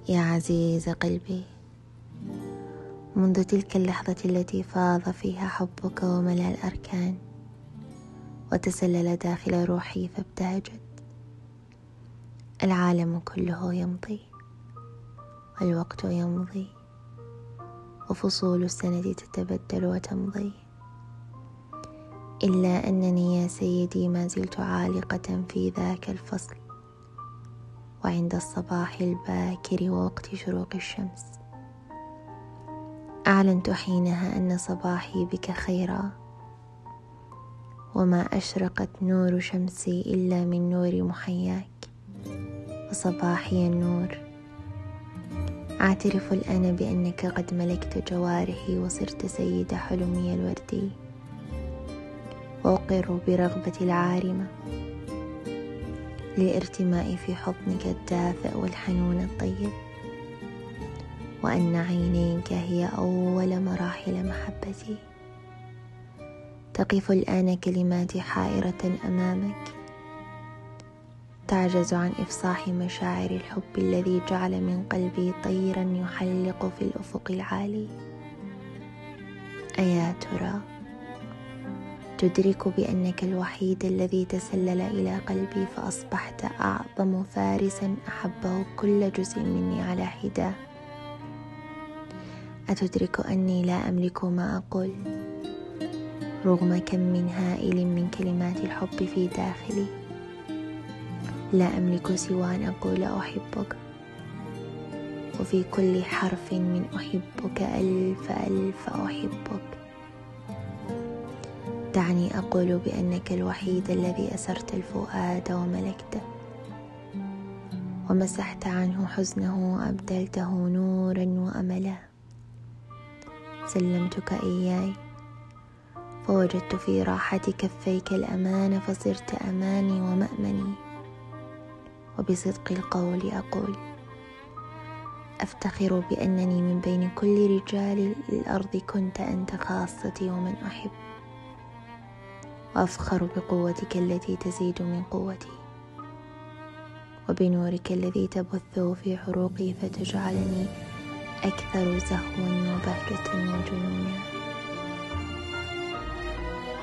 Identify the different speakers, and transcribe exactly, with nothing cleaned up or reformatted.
Speaker 1: يا عزيز قلبي، منذ تلك اللحظة التي فاض فيها حبك وملأ الأركان وتسلل داخل روحي فابتهجت، العالم كله يمضي والوقت يمضي وفصول السنة تتبدل وتمضي، إلا أنني يا سيدي ما زلت عالقة في ذاك الفصل، وعند الصباح الباكر ووقت شروق الشمس أعلنت حينها أن صباحي بك خيرا، وما أشرقت نور شمسي إلا من نور محياك، وصباحي النور. أعترف الآن بأنك قد ملكت جوارحي وصرت سيد حلمي الوردي، وأقر برغبتي العارمة للارتماء في حضنك الدافئ والحنون الطيب، وأن عينيك هي أول مراحل محبتي. تقف الآن كلماتي حائرة أمامك، تعجز عن إفصاح مشاعر الحب الذي جعل من قلبي طيرا يحلق في الأفق العالي. أيا ترى تدرك بأنك الوحيد الذي تسلل إلى قلبي، فأصبحت أعظم فارس أحبه كل جزء مني على حدة؟ أتدرك أني لا أملك ما أقول رغم كم من هائل من كلمات الحب في داخلي؟ لا أملك سوى أن أقول أحبك، وفي كل حرف من أحبك ألف ألف أحبك. دعني أقول بأنك الوحيد الذي أسرت الفؤاد وملكته ومسحت عنه حزنه وأبدلته نورا وأملا. سلمتك إياي فوجدت في راحة كفيك الأمان، فصرت أماني ومأمني. وبصدق القول أقول أفتخر بأنني من بين كل رجال الأرض كنت أنت خاصتي ومن أحب، وأفخر بقوتك التي تزيد من قوتي، وبنورك الذي تبثه في عروقي فتجعلني أكثر زهوا وبهجة وجنونا.